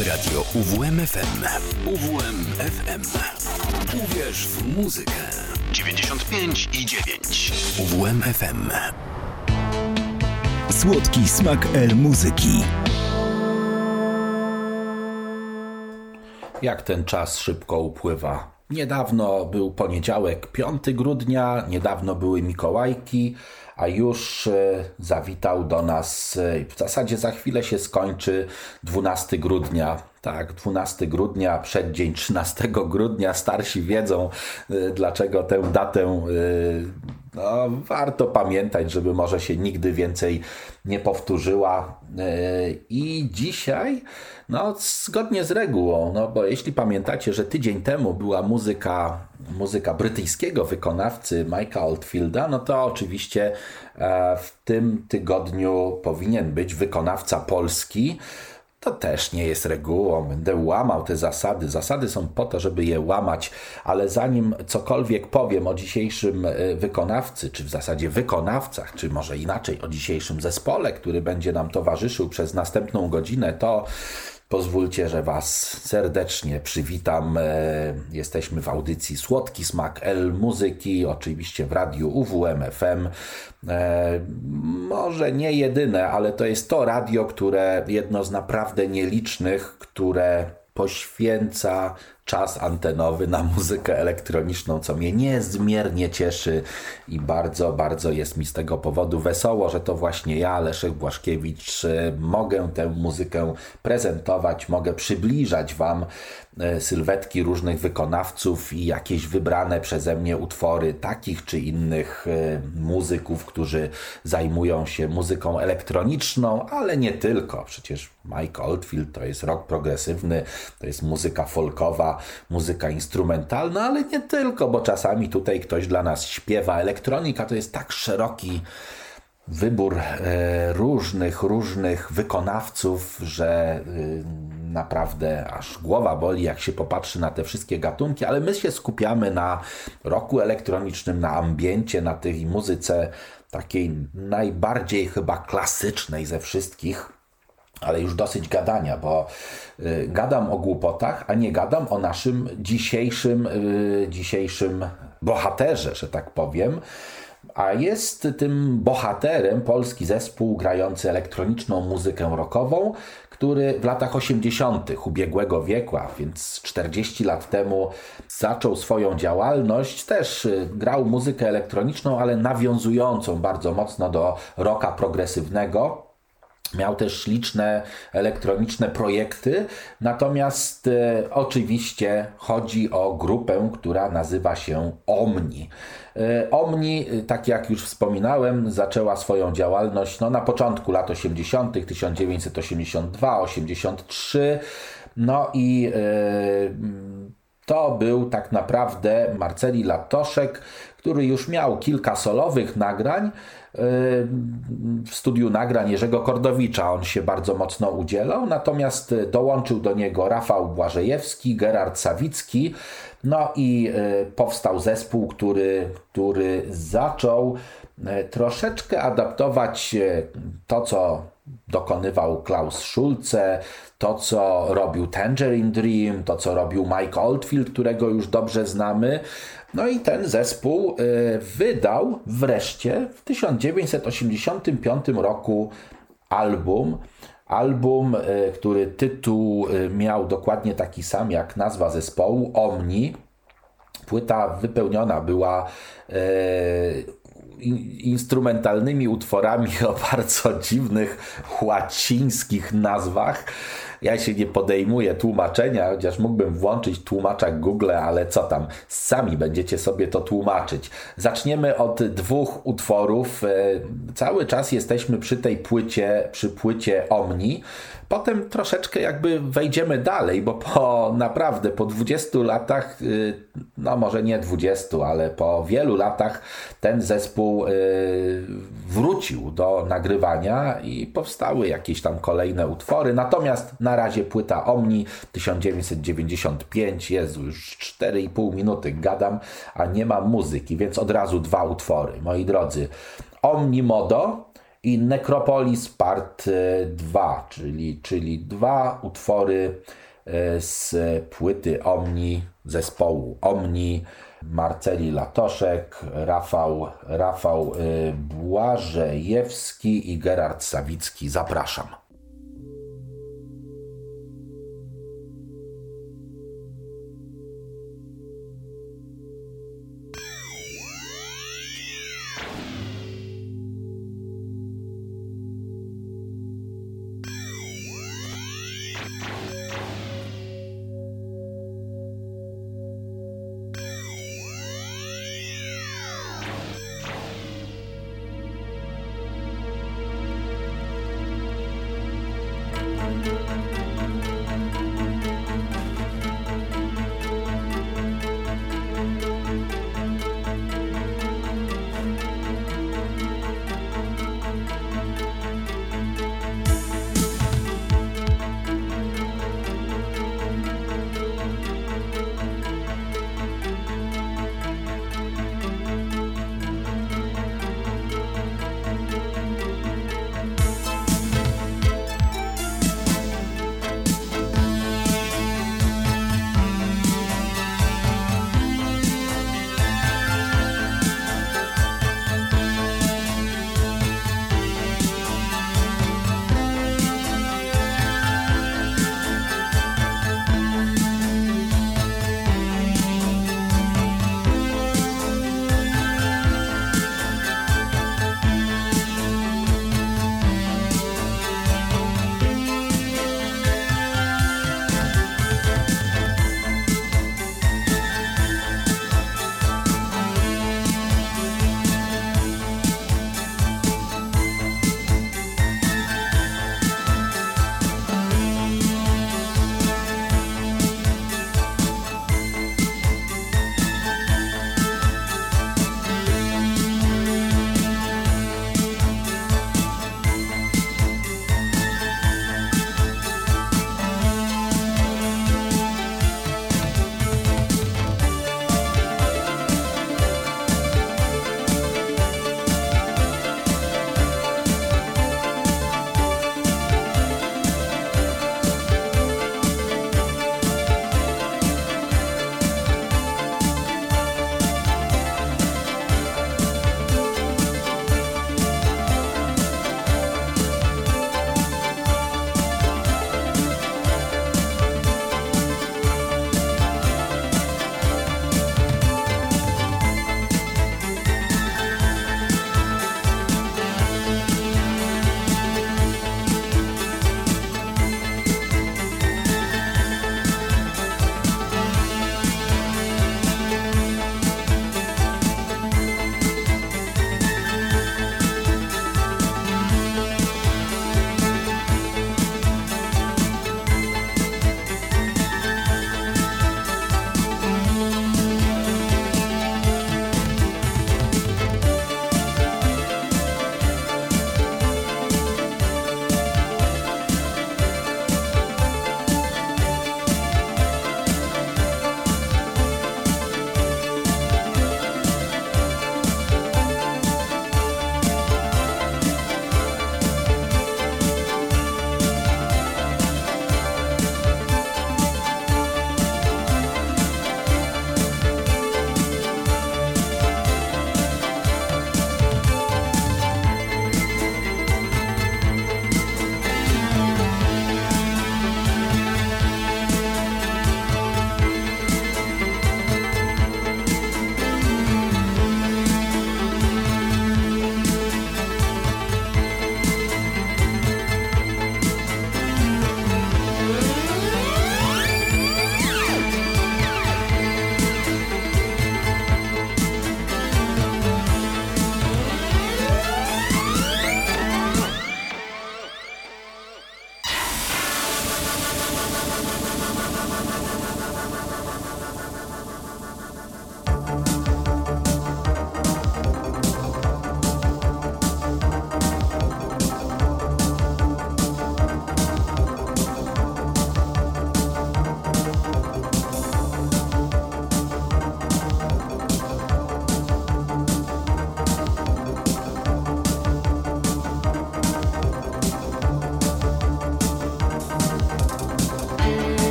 Radio UWMFM. UWMFM. Uwierz w muzykę. 95,9. UWMFM. Słodki smak muzyki. Jak ten czas szybko upływa. Niedawno był poniedziałek, 5 grudnia, niedawno były Mikołajki, a już zawitał do nas, w zasadzie za chwilę się skończy 12 grudnia. Tak, 12 grudnia, przeddzień 13 grudnia. Starsi wiedzą, dlaczego tę datę warto pamiętać, żeby może się nigdy więcej nie powtórzyła. I dzisiaj, zgodnie z regułą, bo jeśli pamiętacie, że tydzień temu była muzyka brytyjskiego wykonawcy Mike'a Oldfielda, to oczywiście w tym tygodniu powinien być wykonawca polski. To też nie jest regułą, będę łamał te zasady. Zasady są po to, żeby je łamać, ale zanim cokolwiek powiem o dzisiejszym wykonawcy, czy w zasadzie wykonawcach, czy może inaczej o dzisiejszym zespole, który będzie nam towarzyszył przez następną godzinę, to pozwólcie, że Was serdecznie przywitam. Jesteśmy w audycji Słodki Smak Muzyki, oczywiście w radiu UWMFM. Może nie jedyne, ale to jest to radio, które jedno z naprawdę nielicznych, które poświęca czas antenowy na muzykę elektroniczną, co mnie niezmiernie cieszy i bardzo, bardzo jest mi z tego powodu wesoło, że to właśnie ja, Leszek Błaszkiewicz, mogę tę muzykę prezentować, mogę przybliżać Wam sylwetki różnych wykonawców i jakieś wybrane przeze mnie utwory takich czy innych muzyków, którzy zajmują się muzyką elektroniczną, ale nie tylko. Przecież Mike Oldfield to jest rock progresywny, to jest muzyka folkowa, muzyka instrumentalna, ale nie tylko, bo czasami tutaj ktoś dla nas śpiewa. Elektronika to jest tak szeroki wybór różnych wykonawców, że naprawdę aż głowa boli, jak się popatrzy na te wszystkie gatunki, ale my się skupiamy na rocku elektronicznym, na ambiencie, na tej muzyce takiej najbardziej chyba klasycznej ze wszystkich. Ale już dosyć gadania, bo gadam o głupotach, a nie gadam o naszym dzisiejszym bohaterze, że tak powiem. A jest tym bohaterem polski zespół grający elektroniczną muzykę rockową, który w latach 80. ubiegłego wieku, a więc 40 lat temu, zaczął swoją działalność. Też grał muzykę elektroniczną, ale nawiązującą bardzo mocno do rocka progresywnego. Miał też liczne elektroniczne projekty, natomiast oczywiście chodzi o grupę, która nazywa się Omni. Omni, tak jak już wspominałem, zaczęła swoją działalność na początku lat 80., 1982, 83, i to był tak naprawdę Marceli Latoszek, który już miał kilka solowych nagrań. W studiu nagrań Jerzego Kordowicza on się bardzo mocno udzielał, natomiast dołączył do niego Rafał Błażejewski, Gerard Sawicki, i powstał zespół, który zaczął troszeczkę adaptować to, co dokonywał Klaus Schulze, to, co robił Tangerine Dream, to, co robił Mike Oldfield, którego już dobrze znamy. I ten zespół wydał wreszcie w 1985 roku album, który tytuł miał dokładnie taki sam jak nazwa zespołu, Omni. Płyta wypełniona była instrumentalnymi utworami o bardzo dziwnych łacińskich nazwach. Ja się nie podejmuję tłumaczenia, chociaż mógłbym włączyć tłumacza Google, ale co tam, sami będziecie sobie to tłumaczyć. Zaczniemy od dwóch utworów. Cały czas jesteśmy przy tej płycie Omni. Potem troszeczkę jakby wejdziemy dalej, bo naprawdę po 20 latach, może nie 20, ale po wielu latach ten zespół wrócił do nagrywania i powstały jakieś tam kolejne utwory. Natomiast na razie płyta Omni 1995, Jezu, już 4,5 minuty gadam, a nie ma muzyki, więc od razu dwa utwory. Moi drodzy, Omni Modo i Necropolis Part 2, czyli 2 utwory z płyty Omni, zespołu Omni, Marceli Latoszek, Rafał Błażejewski i Gerard Sawicki. Zapraszam.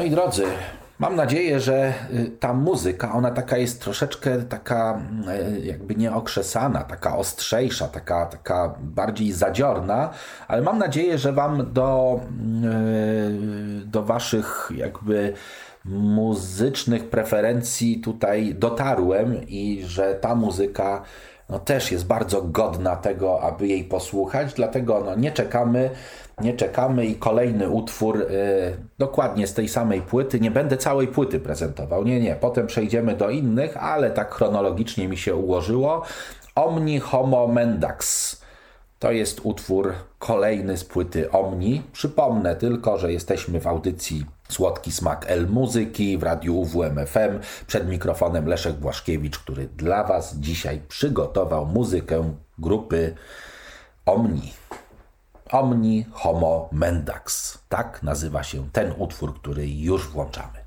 Moi drodzy, mam nadzieję, że ta muzyka, ona taka jest troszeczkę taka jakby nieokrzesana, taka ostrzejsza, taka bardziej zadziorna, ale mam nadzieję, że Wam do Waszych jakby muzycznych preferencji tutaj dotarłem i że ta muzyka też jest bardzo godna tego, aby jej posłuchać, dlatego nie czekamy i kolejny utwór dokładnie z tej samej płyty. Nie będę całej płyty prezentował, nie, potem przejdziemy do innych, ale tak chronologicznie mi się ułożyło. Omni Homo Mendax. To jest utwór kolejny z płyty Omni. Przypomnę tylko, że jesteśmy w audycji Słodki Smak Muzyki w radiu UWM FM. Przed mikrofonem Leszek Błaszkiewicz, który dla Was dzisiaj przygotował muzykę grupy Omni. Omni Homo Mendax. Tak nazywa się ten utwór, który już włączamy.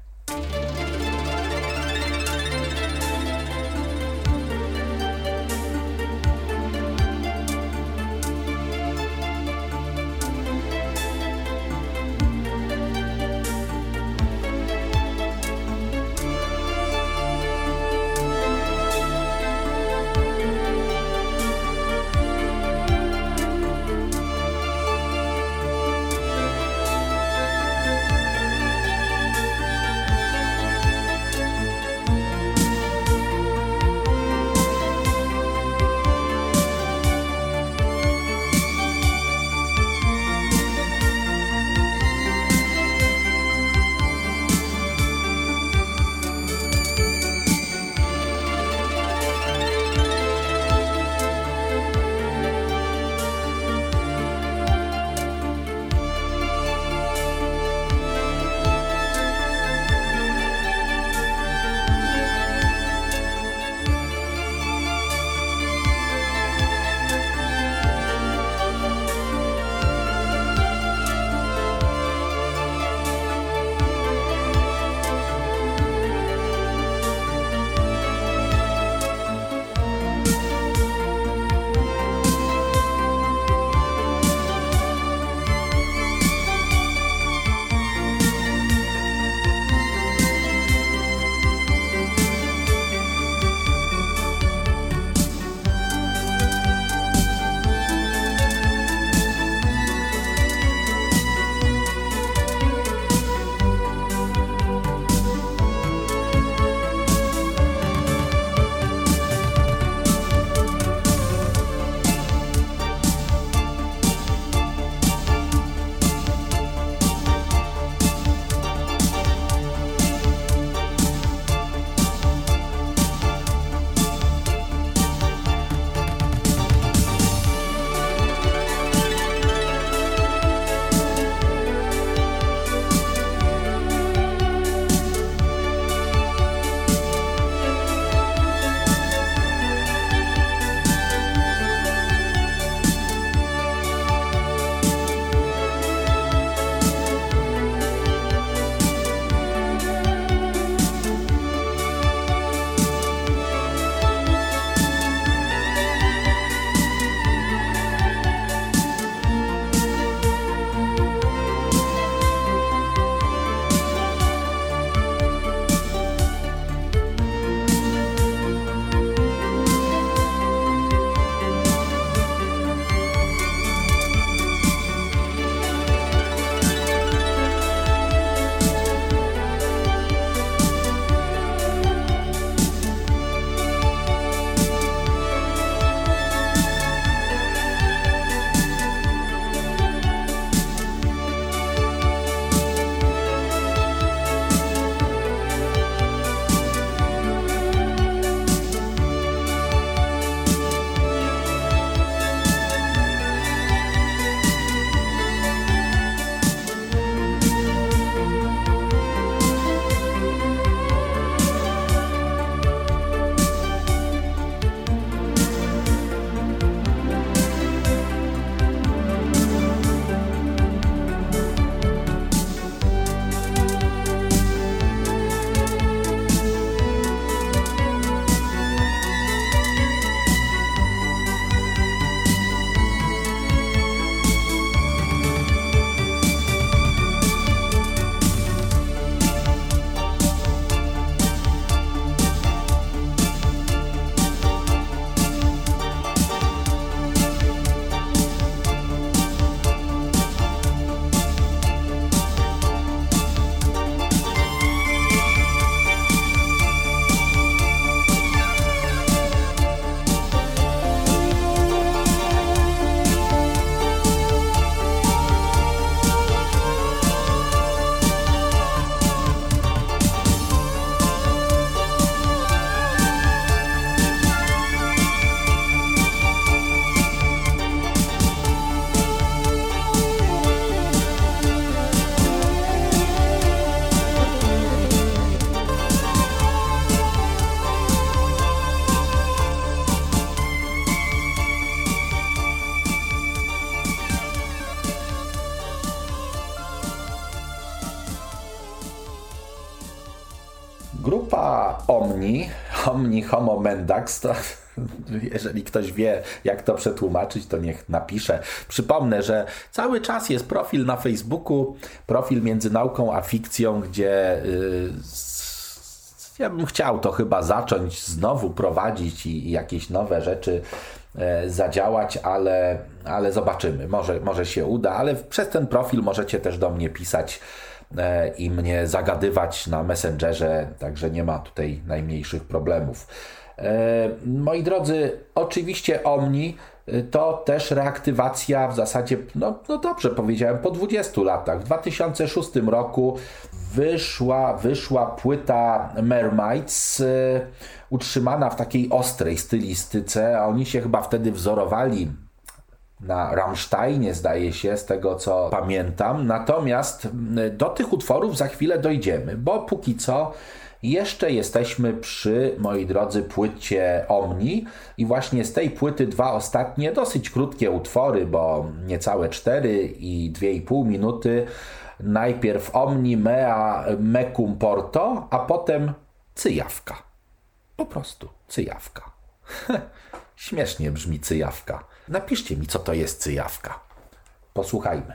Grupa Omni Homo Mendax, to jeżeli ktoś wie, jak to przetłumaczyć, to niech napisze. Przypomnę, że cały czas jest profil na Facebooku, profil między nauką a fikcją, gdzie ja bym chciał to chyba zacząć znowu prowadzić i jakieś nowe rzeczy zadziałać, ale zobaczymy. Może się uda, ale przez ten profil możecie też do mnie pisać i mnie zagadywać na Messengerze, także nie ma tutaj najmniejszych problemów. Moi drodzy, oczywiście Omni to też reaktywacja w zasadzie, no dobrze powiedziałem, po 20 latach. W 2006 roku wyszła płyta Mermaids, utrzymana w takiej ostrej stylistyce, a oni się chyba wtedy wzorowali na Rammsteinie, zdaje się, z tego co pamiętam. Natomiast do tych utworów za chwilę dojdziemy, bo póki co jeszcze jesteśmy przy, moi drodzy, płycie Omni i właśnie z tej płyty dwa ostatnie, dosyć krótkie utwory, bo niecałe 4 i 2,5 minuty. Najpierw Omni mea mecum porto, a potem Cyjawka. Po prostu Cyjawka. Śmiesznie brzmi Cyjawka. Napiszcie mi, co to jest Cyjawka. Posłuchajmy.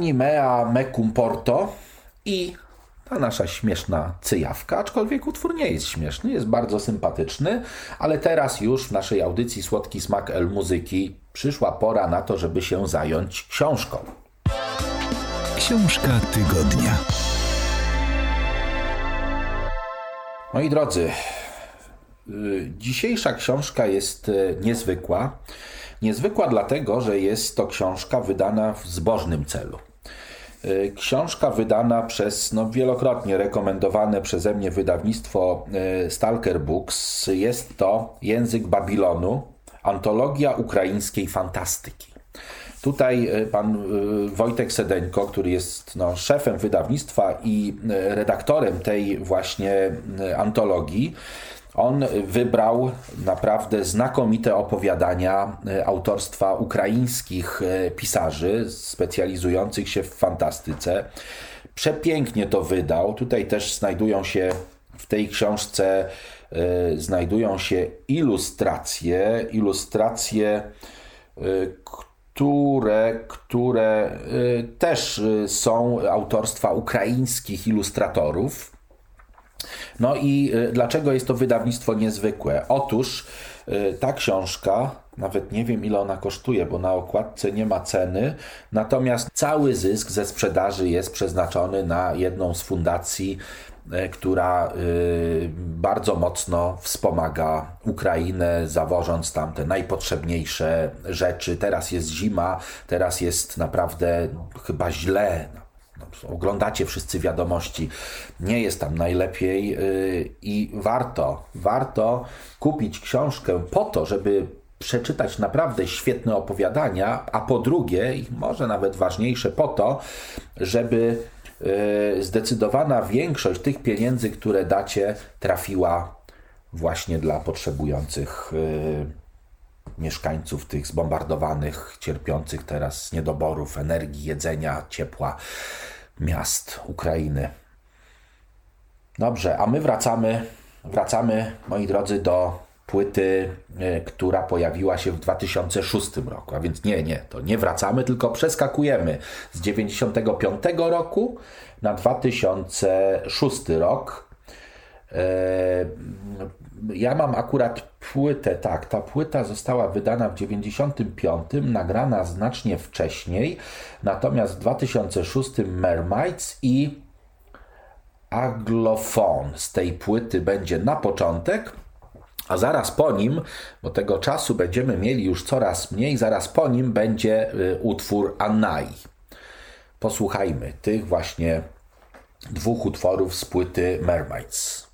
Ani mea mecum porto i ta nasza śmieszna cyjawka, aczkolwiek utwór nie jest śmieszny, jest bardzo sympatyczny, ale teraz już w naszej audycji Słodki Smak El Muzyki przyszła pora na to, żeby się zająć książką. Książka tygodnia. Moi drodzy, dzisiejsza książka jest niezwykła. Niezwykła dlatego, że jest to książka wydana w zbożnym celu. Książka wydana przez wielokrotnie rekomendowane przeze mnie wydawnictwo Stalker Books. Jest to Język Babilonu, antologia ukraińskiej fantastyki. Tutaj pan Wojtek Sedeńko, który jest szefem wydawnictwa i redaktorem tej właśnie antologii, on wybrał naprawdę znakomite opowiadania autorstwa ukraińskich pisarzy specjalizujących się w fantastyce. Przepięknie to wydał. Tutaj też w tej książce znajdują się ilustracje, które też są autorstwa ukraińskich ilustratorów. No i dlaczego jest to wydawnictwo niezwykłe? Otóż ta książka, nawet nie wiem ile ona kosztuje, bo na okładce nie ma ceny, natomiast cały zysk ze sprzedaży jest przeznaczony na jedną z fundacji, która bardzo mocno wspomaga Ukrainę, zawożąc tam te najpotrzebniejsze rzeczy. Teraz jest zima, teraz jest naprawdę chyba źle. Oglądacie wszyscy wiadomości, nie jest tam najlepiej i warto kupić książkę po to, żeby przeczytać naprawdę świetne opowiadania, a po drugie, i może nawet ważniejsze, po to, żeby zdecydowana większość tych pieniędzy, które dacie, trafiła właśnie dla potrzebujących mieszkańców tych zbombardowanych, cierpiących teraz z niedoborów energii, jedzenia, ciepła miast Ukrainy. Dobrze, a my wracamy, moi drodzy, do płyty, która pojawiła się w 2006 roku. A więc to nie wracamy, tylko przeskakujemy z 95 roku na 2006 rok. Ja mam akurat płytę, tak, ta płyta została wydana w 95, nagrana znacznie wcześniej, natomiast w 2006 Mermaids i Aglophone z tej płyty będzie na początek, a zaraz po nim, bo tego czasu będziemy mieli już coraz mniej, zaraz po nim będzie utwór Anai. Posłuchajmy tych właśnie dwóch utworów z płyty Mermaids.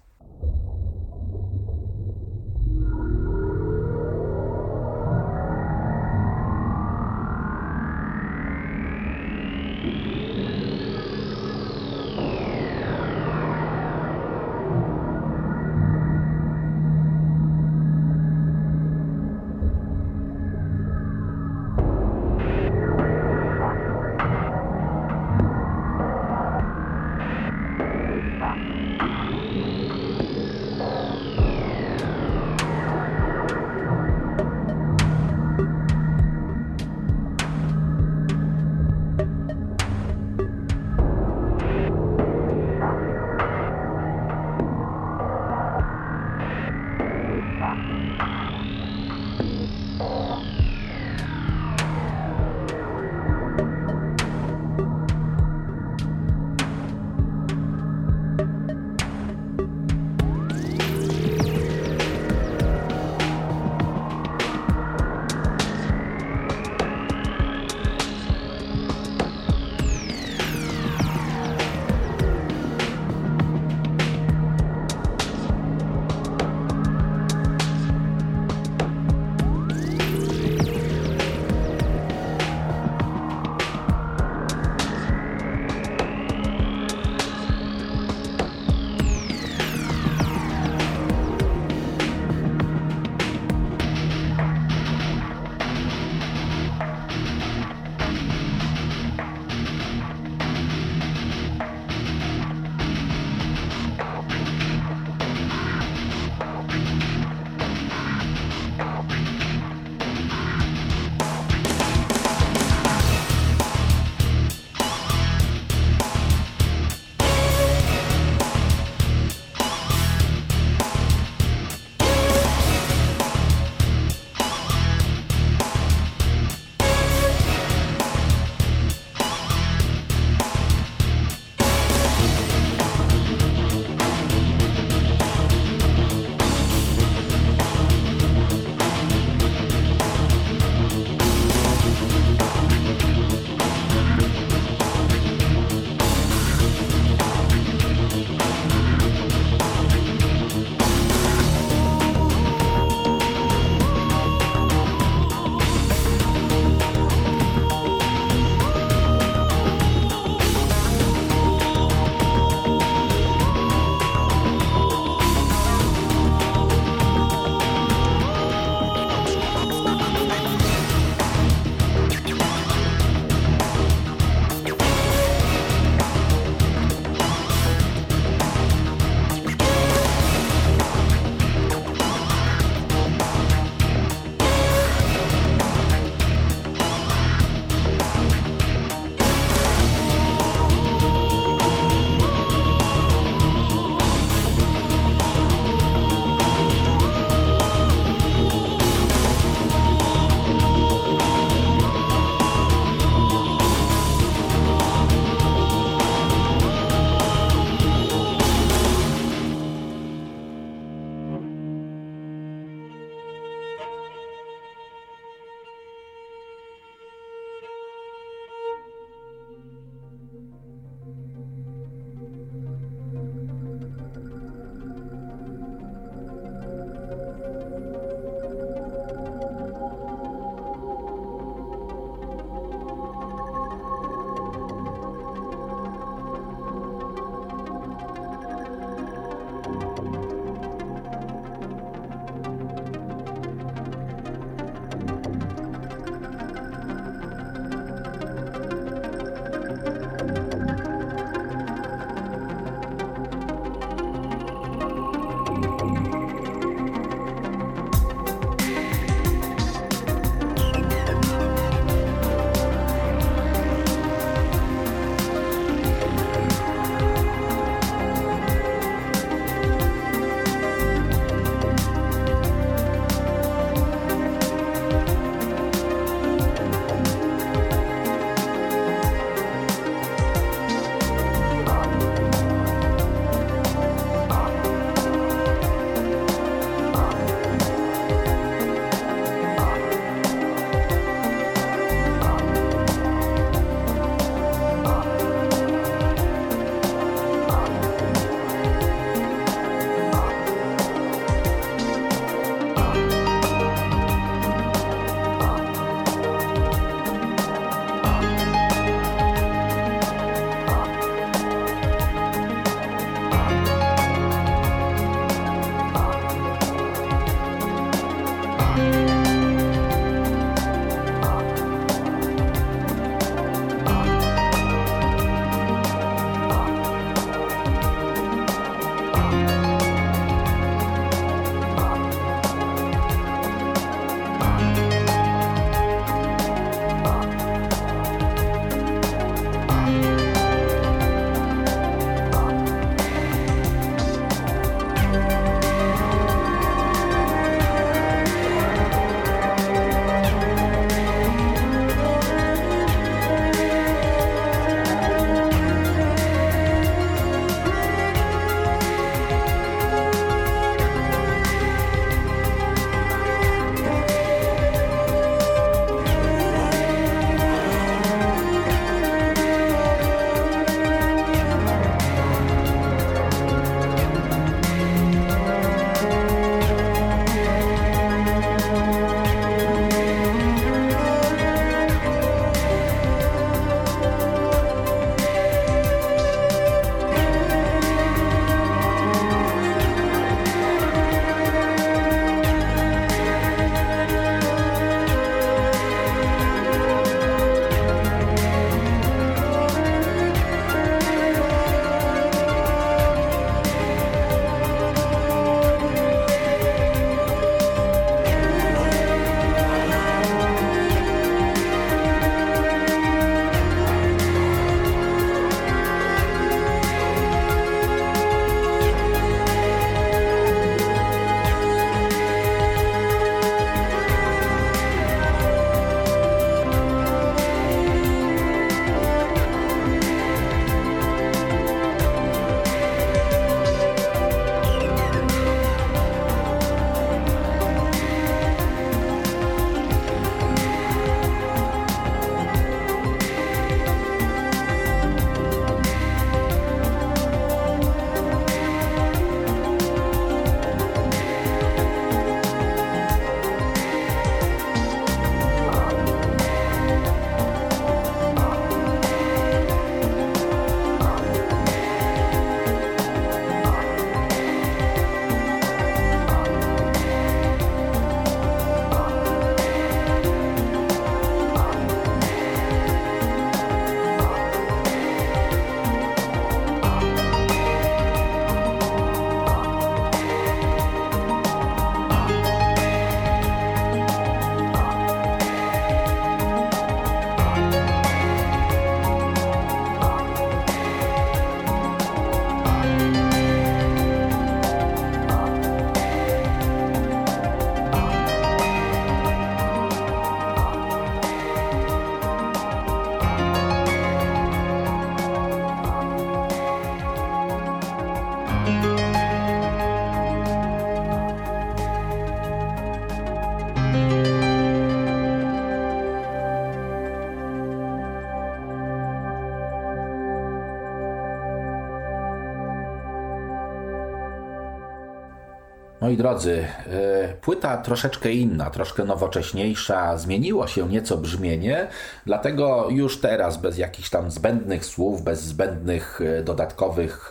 Moi drodzy, płyta troszeczkę inna, troszkę nowocześniejsza, zmieniło się nieco brzmienie, dlatego już teraz bez jakichś tam zbędnych słów, bez zbędnych dodatkowych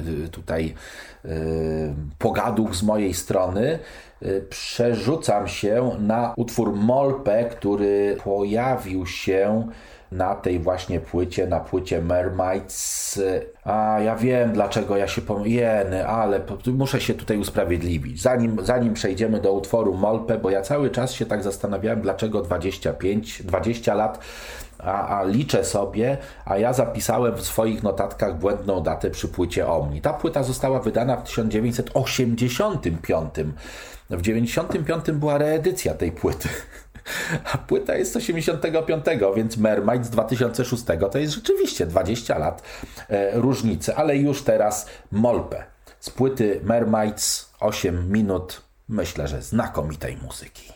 tutaj pogaduch z mojej strony, przerzucam się na utwór Molpe, który pojawił się na tej właśnie płycie, na płycie Mermaids. A ja wiem, dlaczego ja się pomyliłem, ale muszę się tutaj usprawiedliwić. Zanim przejdziemy do utworu Molpe, bo ja cały czas się tak zastanawiałem, dlaczego 20 lat, a liczę sobie, a ja zapisałem w swoich notatkach błędną datę przy płycie Omni. Ta płyta została wydana w 1985. W 1995 była reedycja tej płyty. A płyta jest z 85, więc Mermaid z 2006 to jest rzeczywiście 20 lat różnicy, ale już teraz Molpe z płyty Mermaids, 8 minut, myślę, że znakomitej muzyki.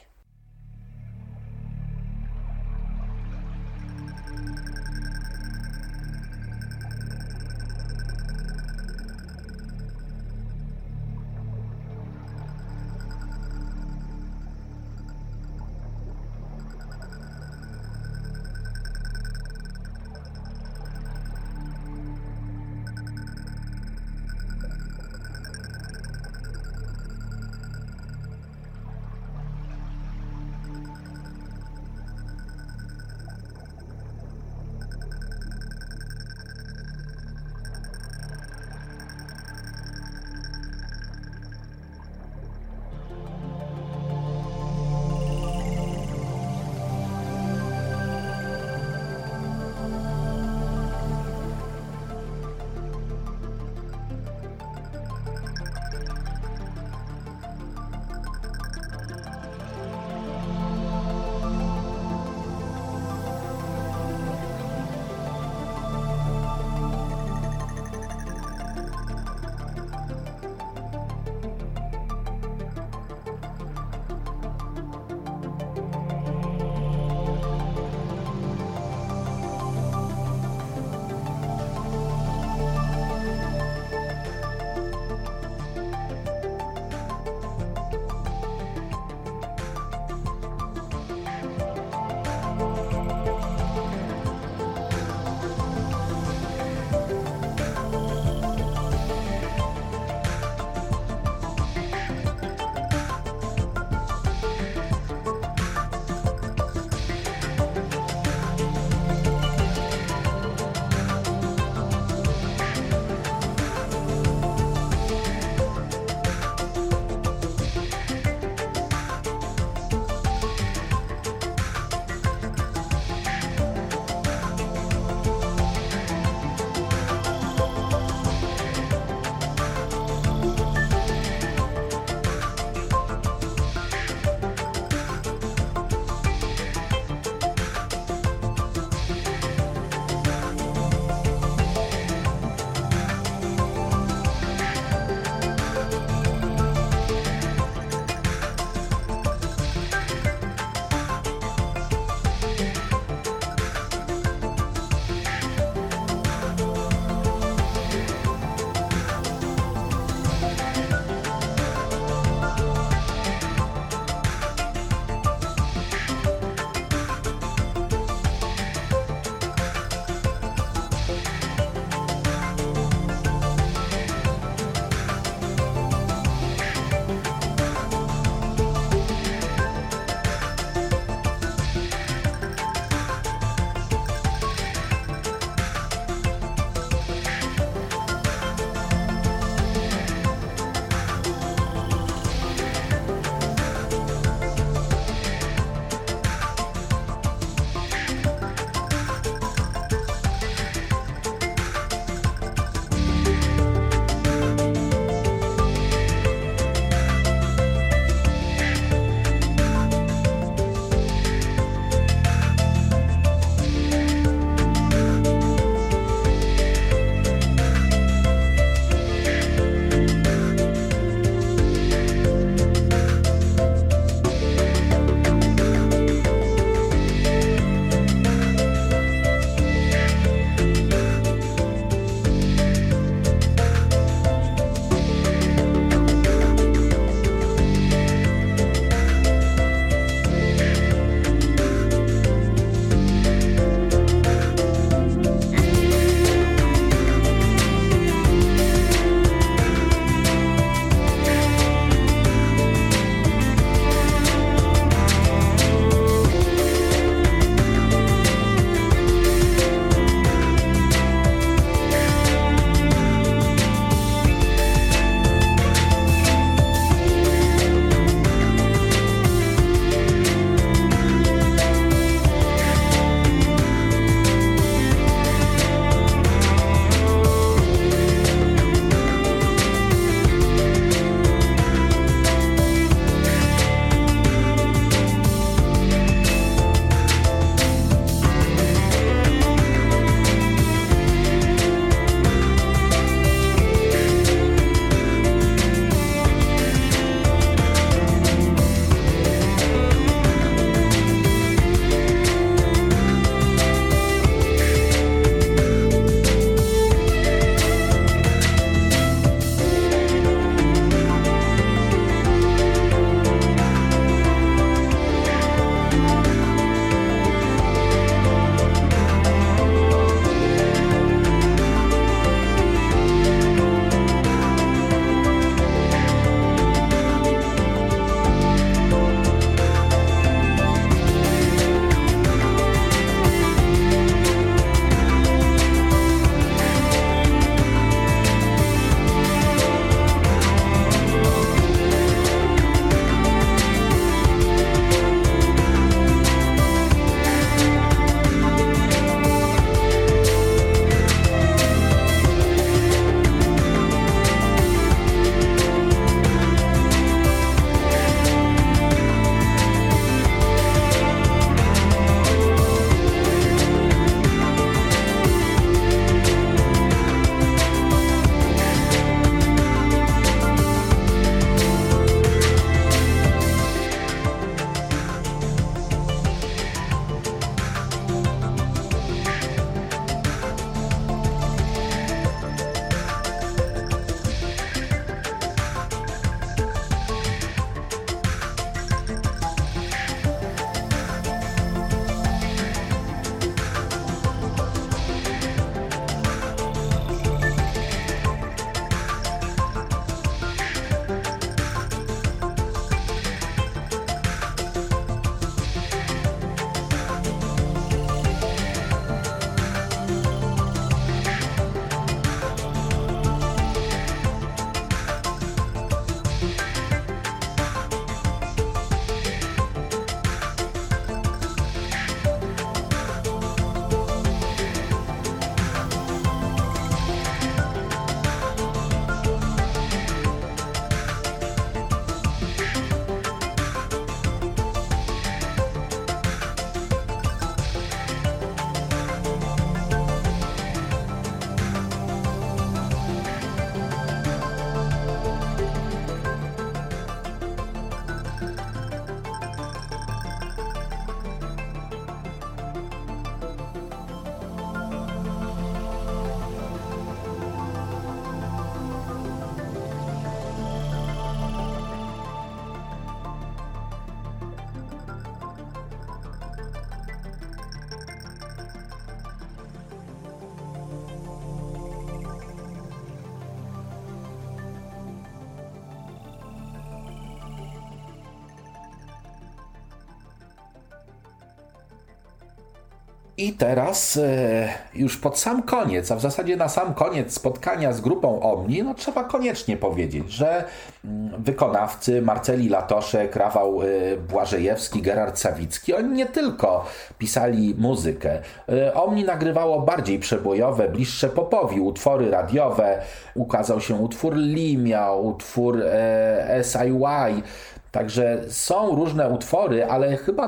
I teraz już pod sam koniec, a w zasadzie na sam koniec spotkania z grupą Omni, no trzeba koniecznie powiedzieć, że wykonawcy Marceli Latoszek, Rafał Błażejewski, Gerard Sawicki, oni nie tylko pisali muzykę. Omni nagrywało bardziej przebojowe, bliższe popowi utwory radiowe. Ukazał się utwór Limia, utwór SIY. Także są różne utwory, ale chyba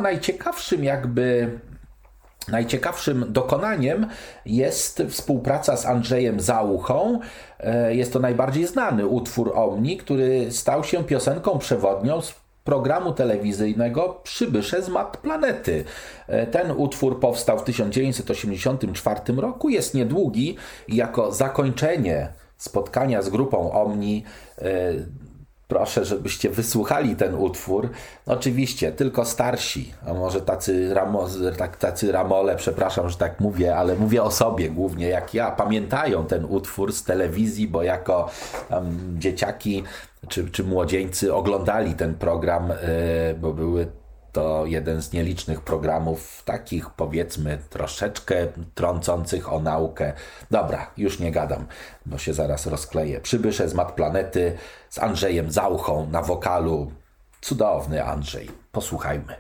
najciekawszym dokonaniem jest współpraca z Andrzejem Zauchą. Jest to najbardziej znany utwór Omni, który stał się piosenką przewodnią z programu telewizyjnego Przybysze z Mat Planety. Ten utwór powstał w 1984 roku, jest niedługi i jako zakończenie spotkania z grupą Omni proszę, żebyście wysłuchali ten utwór. Oczywiście, tylko starsi, a może tacy ramole, przepraszam, że tak mówię, ale mówię o sobie głównie, jak ja, pamiętają ten utwór z telewizji, bo jako dzieciaki czy młodzieńcy oglądali ten program, bo były to jeden z nielicznych programów takich, powiedzmy, troszeczkę trącących o naukę. Dobra, już nie gadam, bo się zaraz rozkleję. Przybysze z Mat Planety z Andrzejem Zauchą na wokalu. Cudowny Andrzej. Posłuchajmy.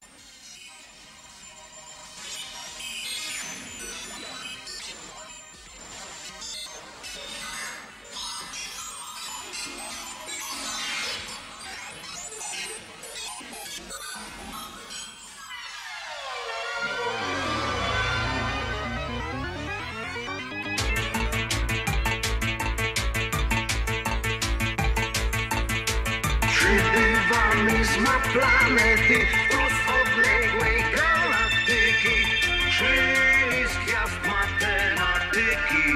Przybywamy z mat planety, wprost odległej galaktyki, czyli z gwiazd matematyki.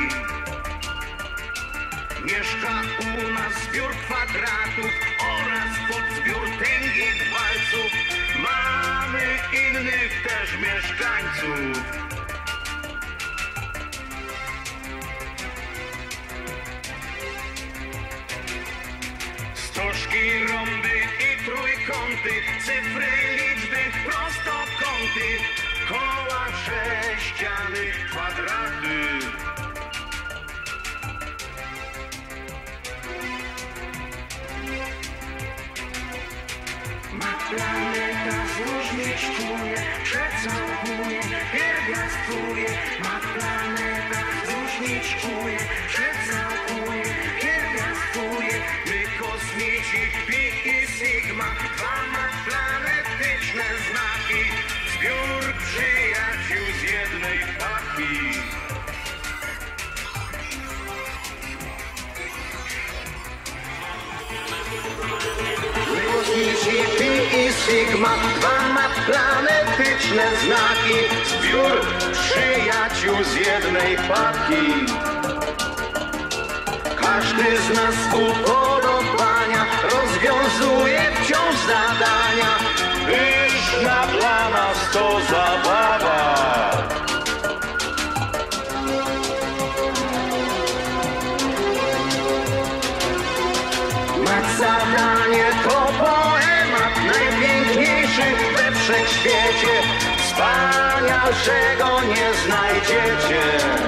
Mieszka u nas zbiór kwadratów oraz podzbiór tęgich walców. Mamy innych też mieszkańców. Stożki, rąby i trójkąty, cyfry, liczby, prostokąty, koła, sześciany, kwadraty. Ma planeta zróżniczkuje, przecałkuje, pierwiastkuje. Ma planeta zróżniczkuje, przecałkuje, pierwiastkuje. My kosmici Pi i Sigma, dwa planetyczne znaki, zbiór przyjaciół z jednej paki. Kosmici Pi i Sigma, dwa planetyczne znaki, zbiór przyjaciół z jednej paki. Każdy z nas upodobania rozwiązuje wciąż zadania, pyszna dla nas to zabawa. Mat zadanie to poemat najpiękniejszy we wszechświecie, wspanialszego nie znajdziecie.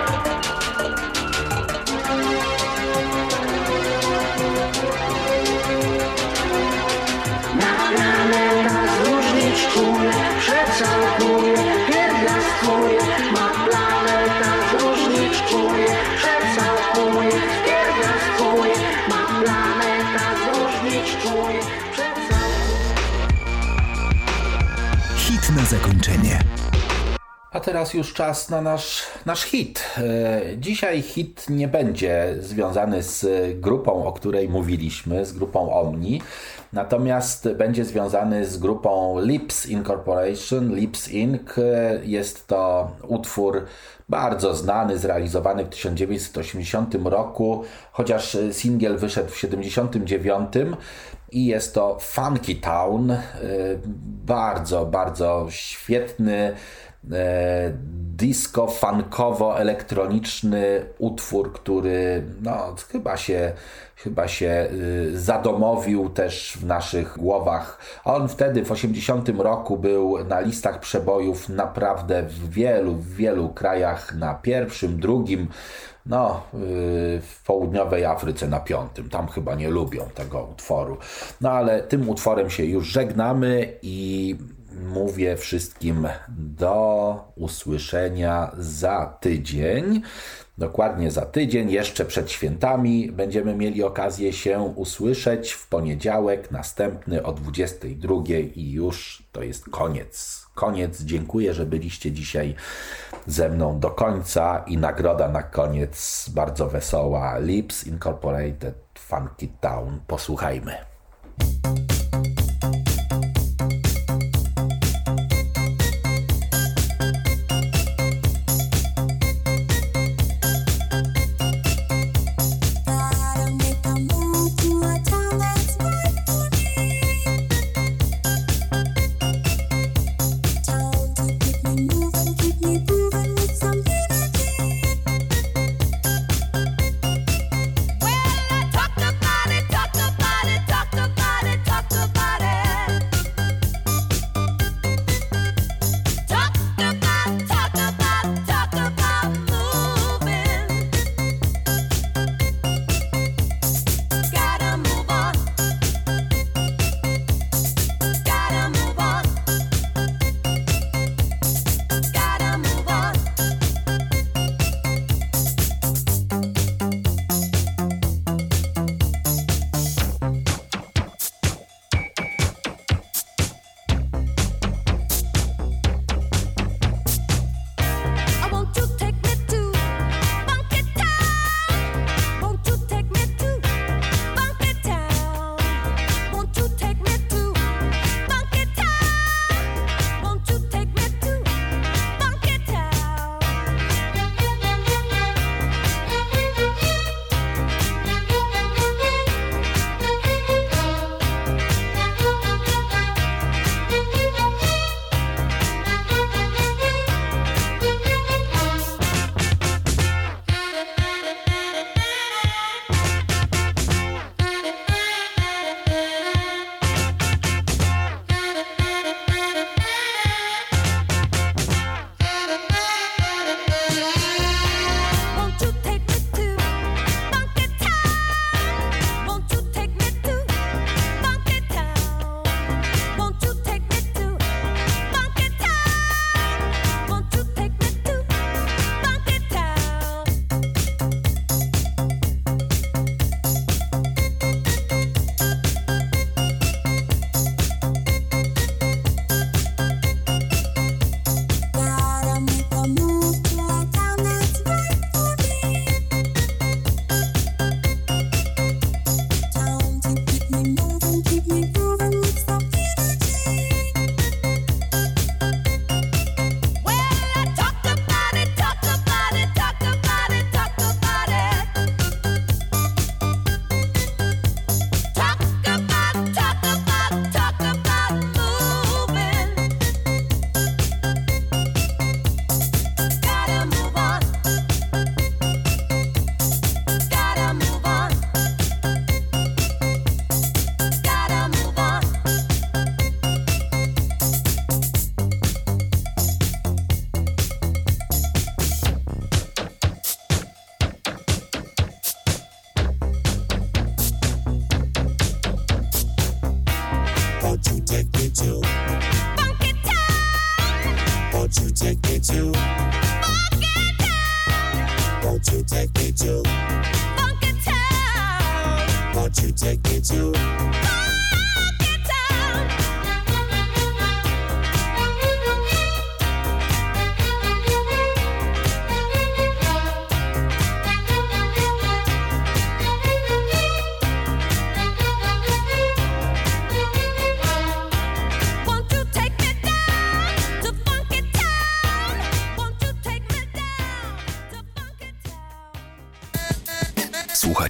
Przecałkuje, pierwiastkuje, ma planeta zróżniczkuje. Przecałkuje, pierwiastkuje, ma planeta zróżniczkuje. Hit na zakończenie. A teraz już czas na nasz hit. Dzisiaj hit nie będzie związany z grupą, o której mówiliśmy, z grupą Omni, natomiast będzie związany z grupą Lips Incorporation, Lips Inc. Jest to utwór bardzo znany, zrealizowany w 1980 roku, chociaż singiel wyszedł w 1979 i jest to Funky Town, bardzo, bardzo świetny, disco-funkowo-elektroniczny utwór, który chyba się zadomowił też w naszych głowach. A on wtedy w 80 roku był na listach przebojów naprawdę w wielu krajach na pierwszym, drugim, w południowej Afryce na 5. Tam chyba nie lubią tego utworu. Ale tym utworem się już żegnamy i mówię wszystkim do usłyszenia za tydzień. Dokładnie za tydzień, jeszcze przed świętami będziemy mieli okazję się usłyszeć w poniedziałek, następny o 22 i już to jest koniec. Dziękuję, że byliście dzisiaj ze mną do końca i nagroda na koniec bardzo wesoła. Lips Incorporated, Funky Town. Posłuchajmy.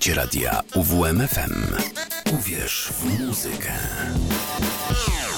Słuchacie radia UWMFM. Uwierz w muzykę.